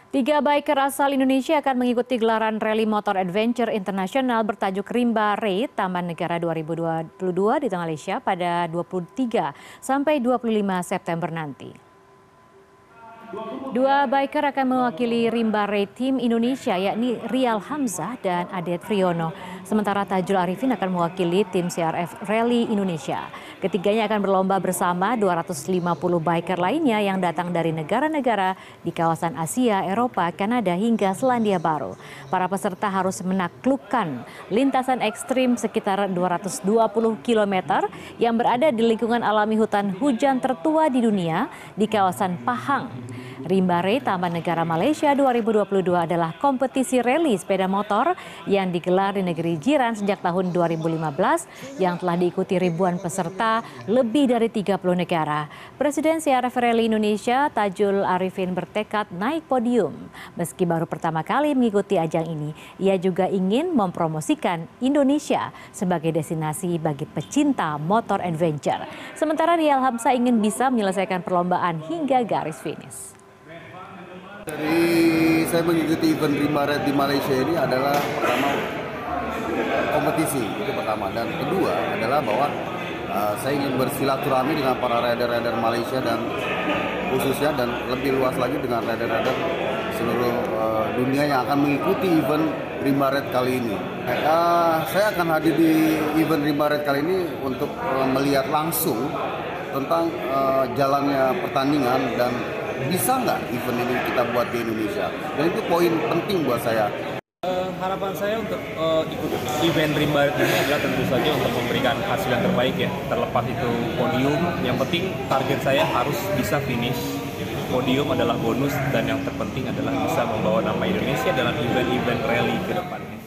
Tiga biker asal Indonesia akan mengikuti gelaran Rally Motor Adventure Internasional bertajuk Rimba Raid Taman Negara 2022 di Malaysia pada 23 sampai 25 September nanti. Dua biker akan mewakili Rimba Raid Team Indonesia yakni Rial Hamzah dan Adet Friono. Sementara Tajul Arifin akan mewakili tim CRF Rally Indonesia. Ketiganya akan berlomba bersama 250 biker lainnya yang datang dari negara-negara di kawasan Asia, Eropa, Kanada hingga Selandia Baru. Para peserta harus menaklukkan lintasan ekstrim sekitar 220 km yang berada di lingkungan alami hutan hujan tertua di dunia di kawasan Pahang. Rimba Raid Taman Negara Malaysia 2022 adalah kompetisi rally sepeda motor yang digelar di negeri jiran sejak tahun 2015 yang telah diikuti ribuan peserta lebih dari 30 negara. Presiden CRF Rally Indonesia Tajul Arifin bertekad naik podium. Meski baru pertama kali mengikuti ajang ini, ia juga ingin mempromosikan Indonesia sebagai destinasi bagi pecinta motor adventure. Sementara Rial Hamzah ingin bisa menyelesaikan perlombaan hingga garis finish. Dari saya mengikuti event Rimba Raid di Malaysia ini adalah pertama kompetisi, itu pertama, dan kedua adalah bahwa saya ingin bersilaturahmi dengan para rider-rider Malaysia dan khususnya dan lebih luas lagi dengan rider-rider seluruh dunia yang akan mengikuti event Rimba Raid kali ini. Saya akan hadir di event Rimba Raid kali ini untuk melihat langsung tentang jalannya pertandingan dan bisa nggak event ini kita buat di Indonesia, dan itu poin penting buat saya. Harapan saya untuk ikut event Rimba Raid ini adalah tentu saja untuk memberikan hasil yang terbaik ya, terlepas itu podium. Yang penting target saya harus bisa finish. Podium adalah bonus dan yang terpenting adalah bisa membawa nama Indonesia dalam event-event rally ke depannya.